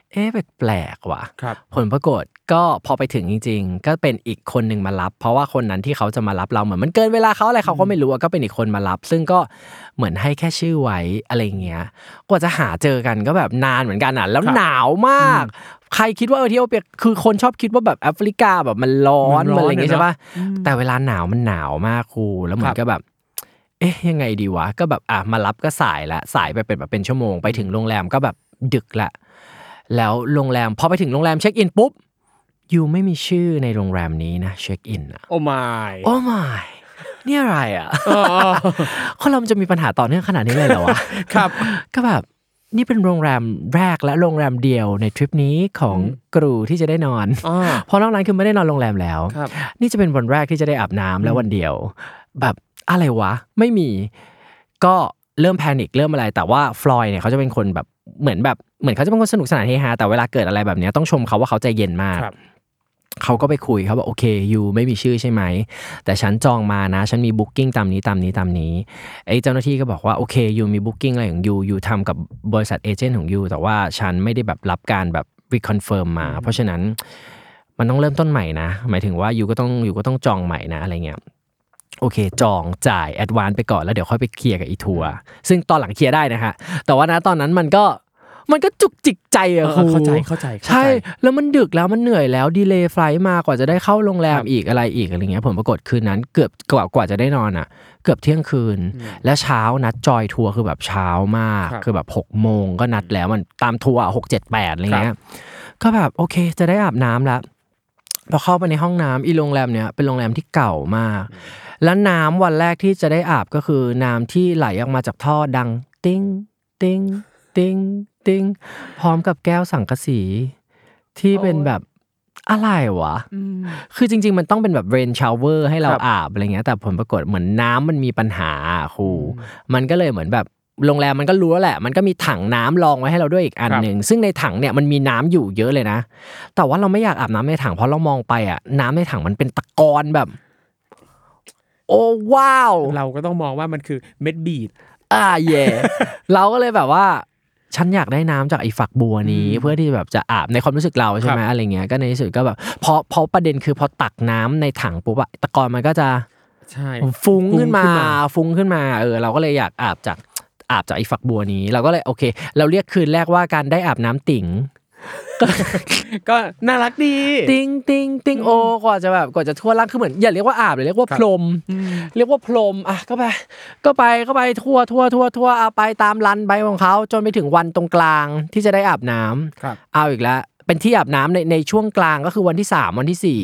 แปลกๆว่ะครับผลปรากฏก็พอไปถึงจริงๆก็เป็นอีกคนนึงมารับเพราะว่าคนนั้นที่เขาจะมารับเราเหมือนมันเกินเวลาเขาอะไรเขาก็ไม่รู้ก็เป็นอีกคนมารับซึ่งก็เหมือนให้แค่ชื่อไว้อะไรเงี้ยกว่าจะหาเจอกันก็แบบนานเหมือนกันอ่ะแล้วหนาวมากใครคิดว่าเอธิโอเปียคือคนชอบคิดว่าแบบแอฟริกาแบบมันร้อนมันอะไรอย่างงี้ใช่ป่ะแต่เวลาหนาวมันหนาวมากครูแล้วเหมือนก็แบบยังไงดีวะก็แบบมารับก็สายละสายไปเป็นแบบเป็นชั่วโมงไปถึงโรงแรมก็แบบดึกละแล้วโรงแรมพอไปถึงโรงแรมเช็คอินปุ๊บยูไม่มีชื่อในโรงแรมนี้นะเช็คอินอ่ะโอ้ my โอ้ my นี่อะไรอ่ะคนเราจะมีปัญหาต่อเนื่องขนาดนี้เลยเหรอวะครับก็แบบนี่เป็นโรงแรมแรกและโรงแรมเดียวในทริปนี้ของกรูที่จะได้นอนเพราะนอกนั้นคือไม่ได้นอนโรงแรมแล้วนี่จะเป็นวันแรกที่จะได้อาบน้ำแล้ววันเดียวแบบอะไรวะไม่มีก็เริ่มแพนิคเริ่มอะไรแต่ว่าฟลอยด์เนี่ยเขาจะเป็นคนแบบเหมือนเขาจะเป็นคนสนุกสนานเฮฮาแต่เวลาเกิดอะไรแบบนี้ต้องชมเขาว่าเขาใจเย็นมากเขาก็ไปคุยเขาบอกโอเคยูไม่มีชื่อใช่ไหมแต่ฉันจองมานะฉันมีบุ๊กกิ้งตามนี้ไอ้เจ้าหน้าที่ก็บอกว่าโอเคยูมีบุ๊กกิ้งอะไรของยูทำกับบริษัทเอเจนต์ของยูแต่ว่าฉันไม่ได้แบบรับการแบบรีคอนเฟิร์มมาเพราะฉะนั้นมันต้องเริ่มต้นใหม่นะหมายถึงว่ายูก็ต้องจองใหม่นะอะไรเงี้ยโอเคจองจ่ายแอดวานซ์ไปก่อนแล้วเดี๋ยวค่อยไปเคลียร์กับอีทัวร์ซึ่งตอนหลังเคลียร์ได้นะคะแต่ว่านะตอนนั้นมันก็จุกจิกใจอะครูเข้าใจใช่แล้วมันดึกแล้วมันเหนื่อยแล้วดีเลย์ไฟล์มากว่าจะได้เข้าโรงแรมอีกอะไรเงี้ยผลปรากฏคืนนั้นเกือบกว่าจะได้นอนอ่ะเกือบเที่ยงคืนและเช้านัดจอยทัวร์คือแบบเช้ามากคือแบบ 6 โมงก็นัดแล้วมันตามทัวร์6 7 8อะไรเงี้ยก็แบบโอเคจะได้อาบน้ำแล้วพอเข้าไปในห้องน้ำอีโรงแรมเนี้ยเป็นโรงแรมที่เก่ามากแล้วน้ำวันแรกที่จะได้อาบก็คือน้ำที่ไหลออกมาจากท่อดังติ้งติ้งติ้งติ้งพร้อมกับแก้วสังกะสีที่เป็นแบบอะไรวะคือจริงๆมันต้องเป็นแบบเรนชาวเวอร์ให้เราอาบอะไรเงี้ยแต่ผลปรากฏเหมือนน้ำมันมีปัญหาครูมันก็เลยเหมือนแบบโรงแรมมันก็รู้แล้วแหละมันก็มีถังน้ำรองไว้ให้เราด้วยอีกอันนึงซึ่งในถังเนี่ยมันมีน้ำอยู่เยอะเลยนะแต่ว่าเราไม่อยากอาบน้ำในถังเพราะเรามองไปอ่ะน้ำในถังมันเป็นตะกอนแบบโอ้ว้าวเราก็ต้องมองว่ามันคือเม็ดบีดเย่เราก็เลยแบบว่าฉันอยากได้น้ำจากไอ้ฝักบัวนี้เพื่อที่แบบจะอาบในความรู้สึกเราใช่ไหมอะไรเงี้ยก็ในที่สุดก็แบบเพราะประเด็นคือพอตักน้ำในถังปุ๊บอะตะกอนมันก็จะฟุ้งขึ้นมาเราก็เลยอยากอาบจากไอ้ฝักบัวนี้เราก็เลยโอเคเราเรียกคืนแรกว่าการได้อาบน้ำติ๋งก็น่ารักดีติ้งติ้งติ้งโอกว่าจะทั่วร่างคือเหมือนอย่าเรียกว่าอาบเลยเรียกว่าพรมอ่ะก็ไปทั่วเอาไปตามรันไปของเขาจนไปถึงวันตรงกลางที่จะได้อาบน้ำเอาอีกแล้วเป็นที่อาบน้ำในช่วงกลางก็คือวันที่3วันที่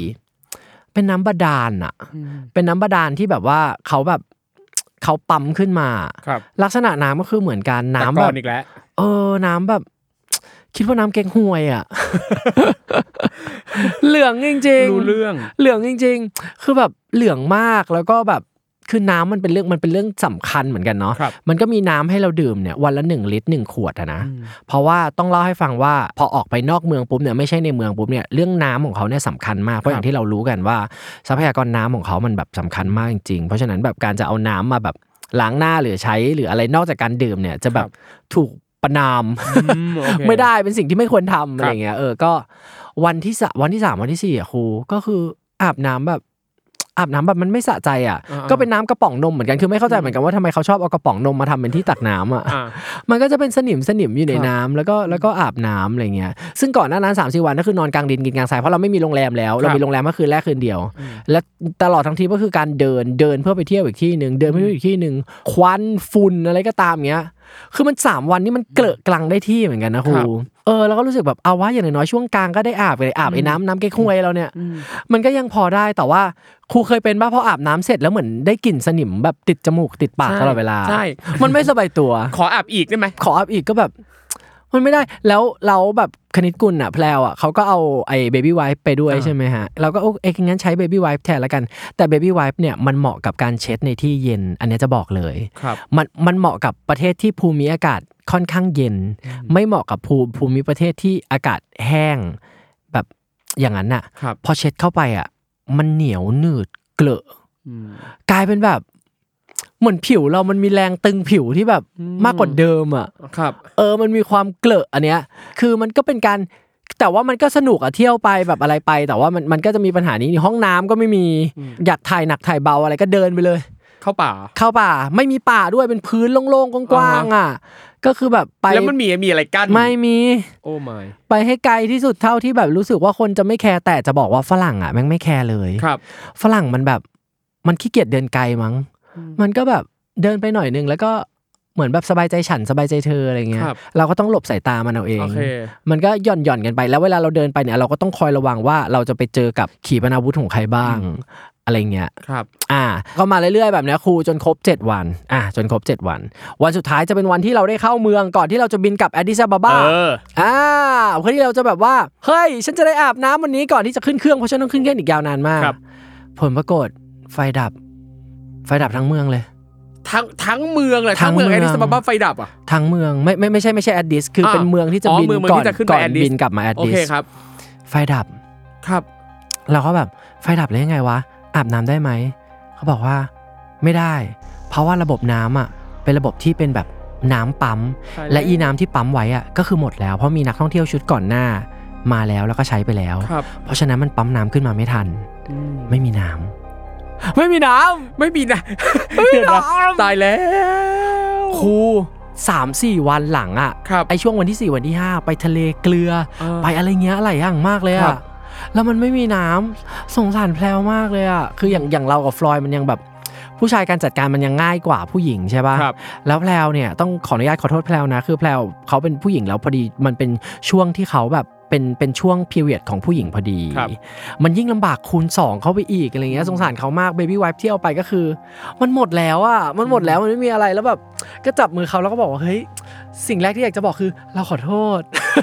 4เป็นน้ำบาดาลอ่ะเป็นน้ำบาดาลที่แบบว่าเขาปั๊มขึ้นมาลักษณะน้ำก็คือเหมือนกันน้ำแบบอีกแล้วน้ำแบบคิดว่าน้ำเก๊กฮวยอ่ะ เหลืองจริงๆรู้เรื่องเหลืองจริงๆคือแบบเหลืองมากแล้วก็แบบคือน้ำมันเป็นเรื่องสำคัญเหมือนกันเนาะมันก็มีน้ำให้เราดื่มเนี่ยวันละ1 ลิตร 1 ขวดนะเพราะว่าต้องเล่าให้ฟังว่าพอออกไปนอกเมืองปุ๊บเนี่ยไม่ใช่ในเมืองปุ๊บเนี่ยเรื่องน้ำของเขาเนี่ยสำคัญมากเพราะอย่างที่เรารู้กันว่าทรัพยากรน้ำของเขามันแบบสำคัญมากจริงๆเพราะฉะนั้นแบบการจะเอาน้ำมาแบบล้างหน้าหรือใช้หรืออะไรนอกจากการดื่มเนี่ยจะแบบถูกประนามไม่ได้เป็นสิ่งที่ไม่ควรทำอะไรเงี้ยก็วันที่3วันที่4อ่ะครูก็คืออาบน้ำแบบมันไม่สะใจอ่ะก็เป็นน้ำกระป๋องนมเหมือนกันคือไม่เข้าใจเหมือนกันว่าทำไมเขาชอบเอากระป๋องนมมาทำเป็นที่ตักน้ำอ่ะมันก็จะเป็นสนิมอยู่ในน้ำแล้วก็อาบน้ำอะไรเงี้ยซึ่งก่อนหน้านั้น 3-4 วันก็คือนอนกลางดินกินกลางทรายเพราะเราไม่มีโรงแรมแล้วเรามีโรงแรมเมื่อคืนแรกคืนเดียวและตลอดทั้งทริปก็คือการเดินเพื่อไปเที่ยวอีกที่นึงเดินไปอีกที่นึงควันฝุ่นอะไรก็ตามเงี้ยคือมัน3วันนี้มันเกลอะกลังได้ที่เหมือนกันนะครูแล้วก็รู้สึกแบบเอาว่าอย่างน้อยช่วงกลางก็ได้อาบไอ้น้ำเก๊กฮวยเราเนี่ยมันก็ยังพอได้แต่ว่าครูเคยเป็นป่ะพออาบน้ำเสร็จแล้วเหมือนได้กลิ่นสนิมแบบติดจมูกติดปากตลอดเวลาใช่มันไม่สบายตัวขออาบอีกได้ไหมขออาบอีกก็แบบมันไม่ได้แล้วเราแบบคณิตกุลอ่ะแพรวอ่ะเขาก็เอาไอ้เบบี้ไวป์ไปด้วยใช่ไหมฮะเราก็งั้นใช้เบบี้ไวป์แทนแล้วกันแต่เบบี้ไวป์เนี่ยมันเหมาะกับการเช็ดในที่เย็นอันนี้จะบอกเลยมันเหมาะกับประเทศที่ภูมิอากาศค่อนข้างเย็นไม่เหมาะกับภูมิประเทศที่อากาศแห้งแบบอย่างนั้นน่ะพอเช็ดเข้าไปอ่ะมันเหนียวหนืดเกลอะกลายเป็นแบบเหมือนผิวเรามันมีแรงตึงผิวที่แบบมากกว่าเดิมอ่ะครับมันมีความเกลอะอันเนี้ยคือมันก็เป็นการแต่ว่ามันก็สนุกอะเที่ยวไปแบบอะไรไปแต่ว่ามันก็จะมีปัญหานี้ห้องน้ำก็ไม่มีอยากถ่ายหนักถ่ายเบาอะไรก็เดินไปเลยเข้าป่าไม่มีป่าด้วยเป็นพื้นโล่งๆกว้างๆอ่ะก็คือแบบไปแล้วมันมีอะไรกั้นไม่มีโอ้ my ไปให้ไกลที่สุดเท่าที่แบบรู้สึกว่าคนจะไม่แคร์แต่จะบอกว่าฝรั่งอ่ะแม่งไม่แคร์เลยครับฝรั่งมันแบบมันขี้เกียจเดินไกลมั้งมันก็แบบเดินไปหน่อยนึงแล้วก็เหมือนแบบสบายใจฉันสบายใจเธออะไรเงี้ยเราก็ต้องหลบสายตามันเอาเองมันก็หย่อนกันไปแล้วเวลาเราเดินไปเนี่ยเราก็ต้องคอยระวังว่าเราจะไปเจอกับขีปนาวุธของใครบ้างอะไรเงี้ยครับก็มาเรื่อยๆแบบนี้ครูจนครบ7วันจนครบ7วันวันสุดท้ายจะเป็นวันที่เราได้เข้าเมืองก่อนที่เราจะบินกลับแอดดิสอาบาบาเพื่อที่เราจะแบบว่าเฮ้ยฉันจะได้อาบน้ำวันนี้ก่อนที่จะขึ้นเครื่องเพราะฉันต้องขึ้นเครื่องอีกยาวนานมากผลปรากฏไฟดับทั้งเมืองเลยทั้งเมืองเลยทั้งเมืองแอดดิสอาบาบาไฟดับอ่ะทั้งเมืองไม่ใช่แอดดิสคือเป็นเมืองที่จะบินก่อนบินกลับมาแอดดิสโอเคครับไฟดับครับเราก็แบบไฟดับเลยยังไงวะอาบน้ำได้ไหมเขาบอกว่าไม่ได้เพราะว่าระบบน้ำอ่ะเป็นระบบที่เป็นแบบน้ำปั๊มและอีน้ำที่ปั๊มไว้อ่ะก็คือหมดแล้วเพราะมีนักท่องเที่ยวชุดก่อนหน้ามาแล้วก็ใช้ไปแล้วเพราะฉะนั้นมันปั๊มน้ำขึ้นมาไม่ทันไม่มีน้ำตายแล้วครู 3-4 วันหลังอ่ะไอช่วงวันที่4วันที่5ไปทะเลเกลือไปอะไรเงี้ยหลายอย่างมากเลยอ่ะแล้วมันไม่มีน้ำสงสารแพรวมากเลยอ่ะคืออย่างเรากับฟลอยมันยังแบบผู้ชายการจัดการมันยังง่ายกว่าผู้หญิงใช่ป่ะแล้วแพรวเนี่ยต้องขออนุญาตขอโทษแพรวนะคือแพรวเขาเป็นผู้หญิงแล้วพอดีมันเป็นช่วงที่เขาแบบเป็นช่วง period ของผู้หญิงพอดีมันยิ่งลำบากคูณ2เข้าไปอีกอะไรเงี้ยสงสารเขามาก baby wipe ที่เอาไปก็คือมันหมดแล้วอ่ะมันหมดแล้วมันไม่มีอะไรแล้วแบบก็จับมือเขาแล้วก็บอกว่าเฮ้ยสิ่งแรกที่อยากจะบอกคือเราขอโทษ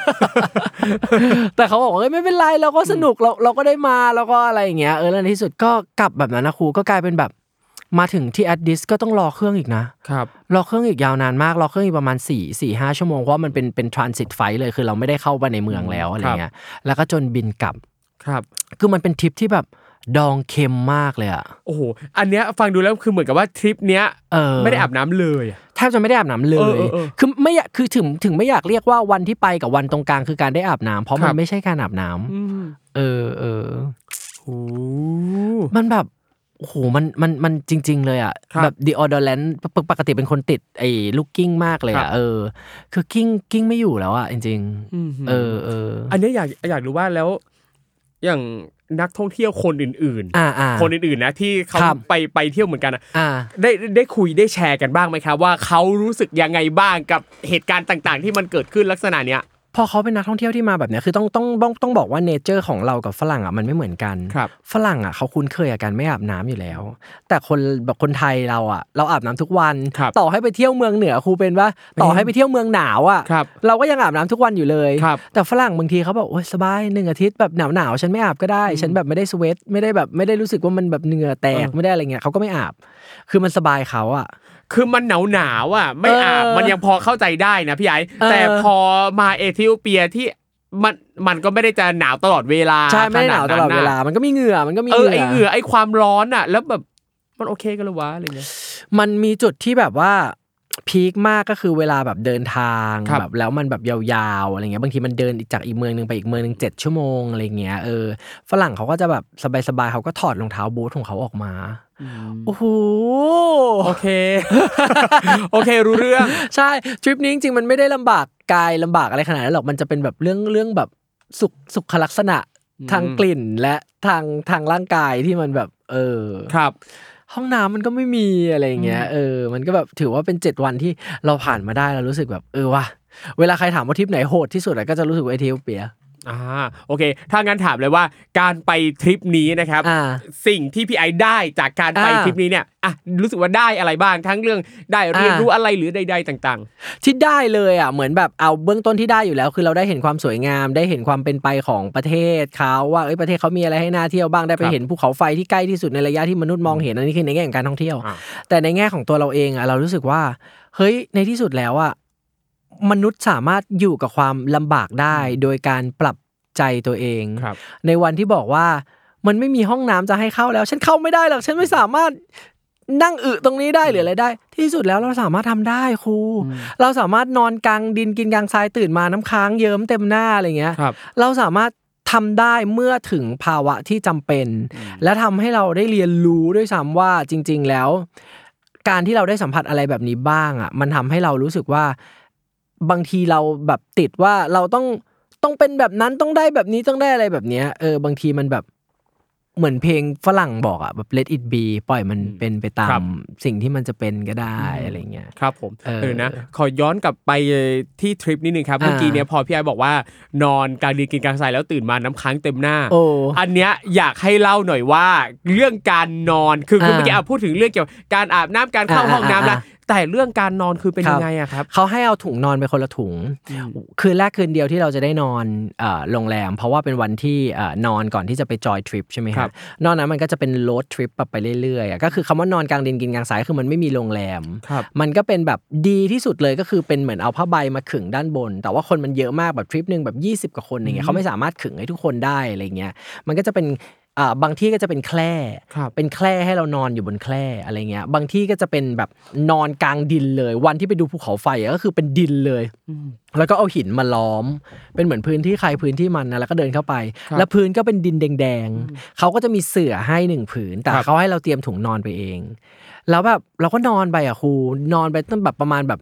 แต่เขาบอกว่าเฮ้ยไม่เป็นไรเราก็สนุกเราก็ได้มาแล้วก็อะไรอย่างเงี้ยแล้วในที่สุดก็กลับแบบนั้นนะครูก็กลายเป็นแบบมาถึงที่แอดดิสก็ต้องรอเครื่องอีกนะครับรอเครื่องอีกยาวนานมากรอเครื่องอีกประมาณ 4-5 ชั่วโมงเพราะมันเป็นทรานสิตไฟล์เลยคือเราไม่ได้เข้าไปในเมืองแล้วอะไรเงี้ยแล้วก็จนบินกลับครับคือมันเป็นทริปที่แบบดองเค็มมากเลยอ่ะโอ้โหอันเนี้ยฟังดูแล้วคือเหมือนกับว่าทริปเนี้ยไม่ได้อาบน้ำเลยแทบจะไม่ได้อาบน้ำเลยคือไม่อยากคือถึงไม่อยากเรียกว่าวันที่ไปกับวันตรงกลางคือการได้อาบน้ำเพราะมันไม่ใช่การอาบน้ำโอ้มันแบบโอ้โหมันจริงๆเลยอ่ะแบบ deodorant ปกติเป็นคนติดไอ้ลูกกิ้งมากเลยอ่ะคือกิ้งไม่อยู่แล้วอ่ะจริงๆอันนี้อยากรู้ว่าแล้วอย่างนักท่องเที่ยวคนอื่นๆคนอื่นๆนะที่เขาไปเที่ยวเหมือนกันได้คุยได้แชร์กันบ้างไหมครับว่าเขารู้สึกยังไงบ้างกับเหตุการณ์ต่างๆที่มันเกิดขึ้นลักษณะเนี้ยพอเขาเป็นนักท่องเที่ยวที่มาแบบเนี้ยคือต้องบอกว่าเนเจอร์ของเรากับฝรั่งอ่ะมันไม่เหมือนกันฝรั่งอ่ะเขาคุ้นเคยกับการไม่อาบน้ำอยู่แล้วแต่คนแบบคนไทยเราอ่ะเราอาบน้ำทุกวันต่อให้ไปเที่ยวเมืองเหนือครูเป็นว่าต่อให้ไปเที่ยวเมืองหนาวอ่ะเราก็ยังอาบน้ำทุกวันอยู่เลยแต่ฝรั่งบางทีเขาบอกโอ๊ยสบาย1อาทิตย์แบบหนาวฉันไม่อาบก็ได้ฉันแบบไม่ได้สเวทไม่ได้รู้สึกว่ามันแบบเหงื่อแตกไม่ได้อะไรเงี้ยเขาก็ไม่อาบคือมันสบายเขาอ่ะคือมันหนาวอ่ะไม่อาบมันยังพอเข้าใจได้นะพี่ไอ้แต่พอมาเอธิโอเปียที่มันก็ไม่ได้จะหนาวตลอดเวลาใช่ไม่หนาวตลอดเวลามันก็มีเหงื่อไอเหงื่อไอความร้อนอ่ะแล้วแบบมันโอเคกันหรอวะอะไรเงี้ยมันมีจุดที่แบบว่าพีคมากก็คือเวลาแบบเดินทางแบบแล้วมันแบบยาวๆอะไรเงี้ยบางทีมันเดินจากอีกเมืองนึงไปอีกเมืองนึง7ชั่วโมงอะไรเงี้ยฝรั่งเขาก็จะแบบสบายๆเขาก็ถอดรองเท้าบูทของเขาออกมาโอ้โหโอเคโอเครู้เรื่องใช่ทริปนี้จริงๆมันไม่ได้ลำบากกายลำบากอะไรขนาดนั้นหรอกมันจะเป็นแบบเรื่องแบบสุขลักษณะทางกลิ่นและทางร่างกายที่มันแบบครับห้องน้ำมันก็ไม่มีอะไรอย่างเงี้ยมันก็แบบถือว่าเป็น7วันที่เราผ่านมาได้แล้วรู้สึกแบบว่ะเวลาใครถามว่าทริปไหนโหดที่สุดก็จะรู้สึกว่าเอธิโอเปียโอเคถ้างั้นถามเลยว่าการไปทริปนี้นะครับสิ่งที่พี่ไอได้จากการไปทริปนี้เนี่ยรู้สึกว่าได้อะไรบ้างทั้งเรื่องได้เรียนรู้อะไรหรือใดๆต่างๆที่ได้เลยเหมือนแบบเอาเบื้องต้นที่ได้อยู่แล้วคือเราได้เห็นความสวยงามได้เห็นความเป็นไปของประเทศเขาว่าประเทศเขามีอะไรให้น่าเที่ยวบ้างได้ไปเห็นภูเขาไฟที่ใกล้ที่สุดในระยะที่มนุษย์มองเห็นอันนี้คือในแง่ของการท่องเที่ยวแต่ในแง่ของตัวเราเองเรารู้สึกว่าเฮ้ยในที่สุดแล้วมนุษย์สามารถอยู่กับความลำบากได้โดยการปรับใจตัวเองในวันที่บอกว่ามันไม่มีห้องน้ำจะให้เข้าแล้วฉันเข้าไม่ได้หรอกฉันไม่สามารถนั่งตรงนี้ได้หรืออะไรได้ที่สุดแล้วเราสามารถทำได้ครูเราสามารถนอนกลางดินกินกลางทรายตื่นมาน้ำค้างเยิ้มเต็มหน้าอะไรเงี้ยเราสามารถทำได้เมื่อถึงภาวะที่จำเป็นและทำให้เราได้เรียนรู้ด้วยซ้ำว่าจริงๆแล้วการที่เราได้สัมผัสอะไรแบบนี้บ้างอ่ะมันทำให้เรารู้สึกว่าบางทีเราแบบติดว่าเราต้องเป็นแบบนั้นต้องได้แบบนี้ต้องได้อะไรแบบเนี้ยบางทีมันแบบเหมือนเพลงฝรั่งบอกอ่ะแบบ let it be ปล่อยมันเป็นไปตามสิ่งที่มันจะเป็นก็ได้อะไรเงี้ยครับผมนะขอย้อนกลับไปที่ทริปนิดนึงครับเมื่อกี้เนี่ยพอพี่ไอ้บอกว่านอนกลางดินกินกลางทรายแล้วตื่นมาน้ำค้างเต็มหน้าอันเนี้ยอยากให้เล่าหน่อยว่าเรื่องการนอนคือเมื่อกี้พูดถึงเรื่องเกี่ยวกับการอาบน้ำการเข้าห้องน้ำแล้วแต่เรื่องการนอนคือเป็นยังไงอะครับเขาให้เอาถุงนอนไปคนละถุงคืนแรกคืนเดียวที่เราจะได้นอนโรงแรมเพราะว่าเป็นวันที่นอนก่อนที่จะไปจอยทริปใช่ไหมครับนอกนั้นมันก็จะเป็นโรดทริปไปเรื่อยๆก็คือคำว่านอนกลางดินกินกลางทรายคือมันไม่มีโรงแรมมันก็เป็นแบบดีที่สุดเลยก็คือเป็นเหมือนเอาผ้าใบมาขึงด้านบนแต่ว่าคนมันเยอะมากแบบทริปนึงแบบ20กว่าคนอย่างเงี้ยเขาไม่สามารถขึงให้ทุกคนได้อะไรเงี้ยมันก็จะเป็นบางที่ก็จะเป็นแคร่ให้เรานอนอยู่บนแคร่อะไรเงี้ยบางที่ก็จะเป็นแบบนอนกลางดินเลยวันที่ไปดูภูเขาไฟก็คือเป็นดินเลยแล้วก็เอาหินมาล้อมเป็นเหมือนพื้นที่ใครพื้นที่มันนะแล้วก็เดินเข้าไปแล้วพื้นก็เป็นดินแดงๆเขาก็จะมีเสื่อให้1ผืนแต่เขาให้เราเตรียมถุงนอนไปเองแล้วแบบเราก็นอนไปครูนอนไปตั้งแบบประมาณแบบ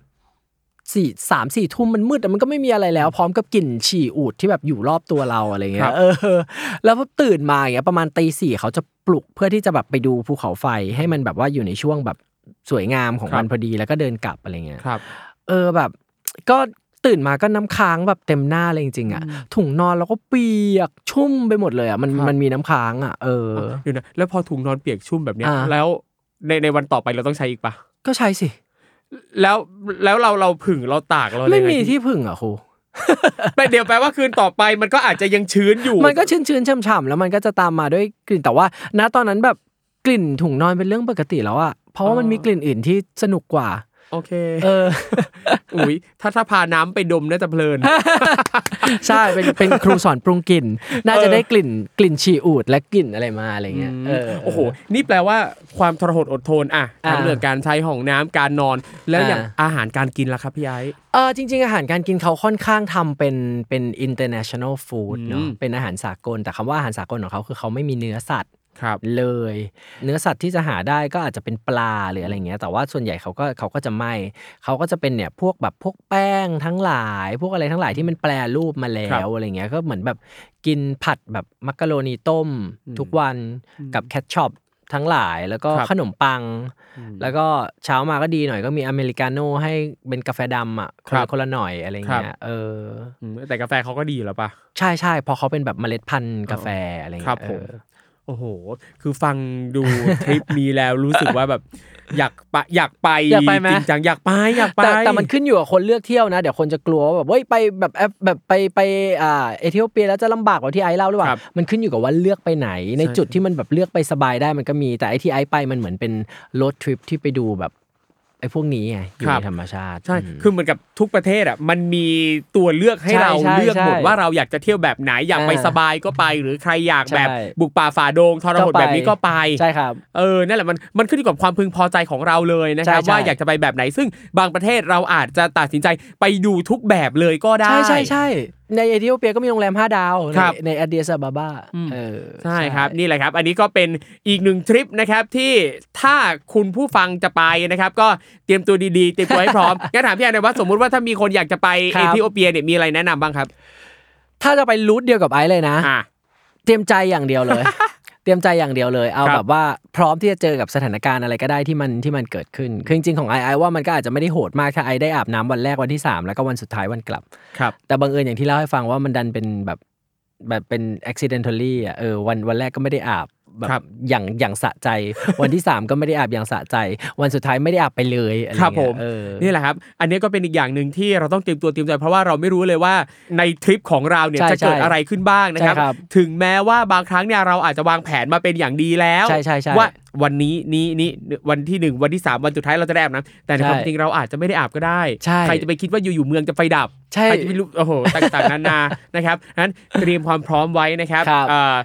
3-4 ทุ่มมันมืดแต่มันก็ไม่มีอะไรแล้วพร้อมกับกลิ่นฉี่อูฐที่แบบอยู่รอบตัวเราอะไรเงี้ยแล้วพอตื่นมาอย่างเงี้ยประมาณ 4:00 เขาจะปลุกเพื่อที่จะแบบไปดูภูเขาไฟให้มันแบบว่าอยู่ในช่วงแบบสวยงามของมันพอดีแล้วก็เดินกลับอะไรเงี้ยแบบก็ตื่นมาก็น้ำค้างแบบเต็มหน้าเลยจริงๆอ่ะถุงนอนเราก็เปียกชุ่มไปหมดเลยอ่ะมันมีน้ำค้างอ่ะอยู่นะแล้วพอถุงนอนเปียกชุ่มแบบเนี้ยแล้วในวันต่อไปเราต้องใช้อีกปะก็ใช้สิแล้วเราผึ่งเราตากเราไม่มีที่ผึ่งอ่ะครูเดี๋ยวแปลว่าคืนต่อไปมันก็อาจจะยังชื้นอยู่มันก็ชื้นๆฉ่ำๆแล้วมันก็จะตามมาด้วยกลิ่นแต่ว่าณตอนนั้นแบบกลิ่นถุงนอนเป็นเรื่องปกติแล้วอ่ะเพราะว่ามันมีกลิ่นอื่นที่สนุกกว่าโอเคอุ๊ยถ้าพาน้ำไปดมน่าจะเพลินใช่เป็นครูสอนปรุงกลิ่นน่าจะได้กลิ่นฉี่อูฐและกลิ่นอะไรมาอะไรเงี้ยโอ้โหนี่แปลว่าความทรหดอดทนทั้งเรื่องการใช้ห้องน้ำการนอนแล้วอย่างอาหารการกินล่ะครับพี่ไอ้จริงๆอาหารการกินเขาค่อนข้างทำเป็น international food เนาะเป็นอาหารสากลแต่คำว่าอาหารสากลของเขาคือเขาไม่มีเนื้อสัตว์เลยเนื้อสัตว์ที่จะหาได้ก็อาจจะเป็นปลาหรืออะไรเงี้ยแต่ว่าส่วนใหญ่เขาก็จะไม่เขาก็จะเป็นเนี่ยพวกแป้งทั้งหลายพวกอะไรทั้งหลายที่มันแปรรูปมาแล้วอะไรเงี้ยก็เหมือนแบบกินผัดแบบมักกะโรนีต้มทุกวันกับแคทช็อปทั้งหลายแล้วก็ขนมปังแล้วก็เช้ามาก็ดีหน่อยก็มีอเมริกาโน่ให้เป็นกาแฟดำอ่ะคนละหน่อยอะไรเงี้ยแต่กาแฟเขาก็ดีแล้วป่ะใช่ๆพอเขาเป็นแบบเมล็ดพันธุ์กาแฟอะไรเงี้ยโอ้โหคือฟังดูทริปนี้แล้วรู้สึกว่าแบบอยากไปจริงจังอยากไปแต่มันขึ้นอยู่กับคนเลือกเที่ยวนะเดี๋ยวคนจะกลัวว่าแบบเฮ้ยไปแบบไปเอธิโอเปียแล้วจะลำบากกว่าที่ไอซ์เล่าหรือเปล่ามันขึ้นอยู่กับว่าเลือกไปไหนในจุดที่มันแบบเลือกไปสบายได้มันก็มีแต่ไอที่ไอซ์ไปมันเหมือนเป็นโรดทริปที่ไปดูแบบไอ้พวกนี้ไงอยู่ในธรรมชาติใช่คือเหมือนกับทุกประเทศอ่ะมันมีตัวเลือกให้เราเลือกหมดว่าเราอยากจะเที่ยวแบบไหนอยากไปสบายก็ไปหรือใครอยากแบบบุกป่าฝ่าดงทรหดแบบนี้ก็ไปใช่ครับนั่นแหละมันขึ้นอยู่กับความพึงพอใจของเราเลยนะครับว่าอยากจะไปแบบไหนซึ่งบางประเทศเราอาจจะตัดสินใจไปดูทุกแบบเลยก็ได้ใช่ในเอธิโอเปียก็มีโรงแรม5 ดาวในอาดิสอาบาบาใช่ครับนี่แหละครับอันนี้ก็เป็นอีกหนึ่งทริปนะครับที่ถ้าคุณผู้ฟังจะไปนะครับก็เตรียมตัวดีๆเตรียมตัวให้พร้อมงั้นถามพี่อันว่าสมมุติว่าถ้ามีคนอยากจะไปเอธิโอเปียเนี่ยมีอะไรแนะนำบ้างครับถ้าจะไปรูทเดียวกับไอซ์เลยนะเตรียมใจอย่างเดียวเลยเอาแบบว่าพร้อมที่จะเจอกับสถานการณ์อะไรก็ได้ที่มันเกิดขึ้นคือจริงๆของไอว่ามันก็อาจจะไม่ได้โหดมากถ้าไอได้อาบน้ำวันแรกวันที่3แล้วก็วันสุดท้ายวันกลับแต่บังเอิญอย่างที่เล่าให้ฟังว่ามันดันเป็นแบบเป็น accidentally อ่ะวันแรกก็ไม่ได้อาบแบบอย่างสะใจวันที่3ก็ไม่ได้อาบอย่างสะใจวันสุดท้ายไม่ได้อาบไปเลยอะไรครับผมนี่แหละครับอันนี้ก็เป็นอีกอย่างนึงที่เราต้องเตรียมตัวเตรียมใจเพราะว่าเราไม่รู้เลยว่าในทริปของเราเนี่ยจะเกิดอะไรขึ้นบ้างนะครับถึงแม้ว่าบางครั้งเนี่ยเราอาจจะวางแผนมาเป็นอย่างดีแล้วว่าวันนี้วันที่1วันที่3วันสุดท้ายเราจะได้อาบน้ำแต่ในความจริงเราอาจจะไม่ได้อาบก็ได้ใครจะไปคิดว่าอยู่ๆเมืองจะไฟดับใครจะไม่รู้โอ้โหต่างๆนานานะครับงั้นเตรียมความพร้อมไว้นะครับ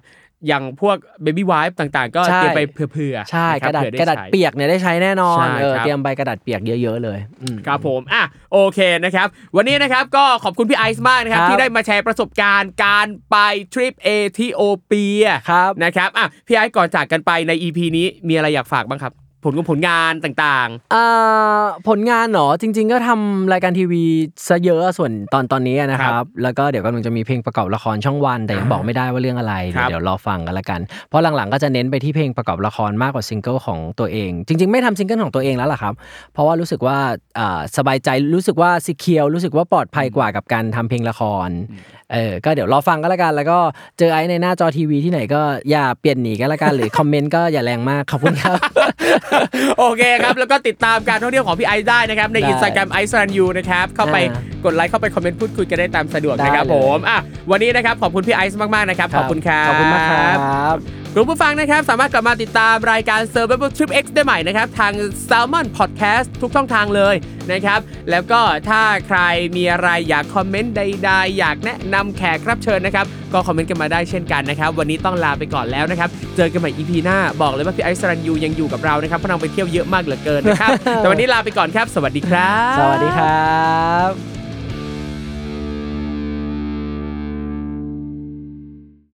อย่างพวก baby wipe ต่างๆก็เตรียมไปเผื่อๆใช่กระดาษเปียกเนี่ยได้ใช้แน่นอนเตรียมใบกระดาษเปียกเยอะๆเลยครับผมโอเคนะครับวันนี้นะครับก็ขอบคุณพี่ไอซ์มากนะครับที่ได้มาแชร์ประสบการณ์การไปทริปเอธิโอเปียนะครับพี่ไอซ์ก่อนจากกันไปใน EP นี้มีอะไรอยากฝากบ้างครับผลงานต่างๆผลงานเนาะจริงๆก็ทำรายการทีวีซะเยอะส่วนตอนนี้นะครับแล้วก็เดี๋ยวกำลังจะมีเพลงประกอบละครช่องวันแต่ยังบอกไม่ได้ว่าเรื่องอะไรเดี๋ยวรอฟังกันละกันเพราะหลังๆก็จะเน้นไปที่เพลงประกอบละครมากกว่าซิงเกิลของตัวเองจริงๆไม่ทำซิงเกิลของตัวเองแล้วล่ะครับเพราะว่ารู้สึกว่าสบายใจรู้สึกว่าซีเคียวรู้สึกว่าปลอดภัยกว่ากับการทำเพลงละครก็เดี๋ยวรอฟังกันละกันแล้วก็เจอไอซ์ในหน้าจอทีวีที่ไหนก็อย่าเปลี่ยนหนีกันละกันหรือคอมเมนต์ก็อย่าแรงมากขอบคุณครับโอเคครับแล้วก็ติดตามการท่องเที่ยวของพี่ไอซ์ได้นะครับใน Instagram iceranyu นะครับเข้าไปกดไลค์เข้าไปคอมเมนต์พูดคุยกันได้ตามสะดวกนะครับผมวันนี้นะครับขอบคุณพี่ไอซ์มากๆนะครับขอบคุณครับขอบคุณมากครับคุณผู้ฟังนะครับสามารถกลับมาติดตามรายการ Survival Trip X ได้ใหม่นะครับทาง Salmon Podcast ทุกช่องทางเลยนะครับแล้วก็ถ้าใครมีอะไรอยากคอมเมนต์ใดๆอยากแนะนำแขกรับเชิญนะครับก็คอมเมนต์กันมาได้เช่นกันนะครับวันนี้ต้องลาไปก่อนแล้วนะครับเจอกันใหม่ EP หน้าบอกเลยว่าพี่ไอซ์สรัญยูยังอยู่กับเรานะครับเพราะเราไปเที่ยวเยอะมากเหลือเกินนะครับแต่วันนี้ลาไปก่อนครับสวัสดีครับสวัสดีครับ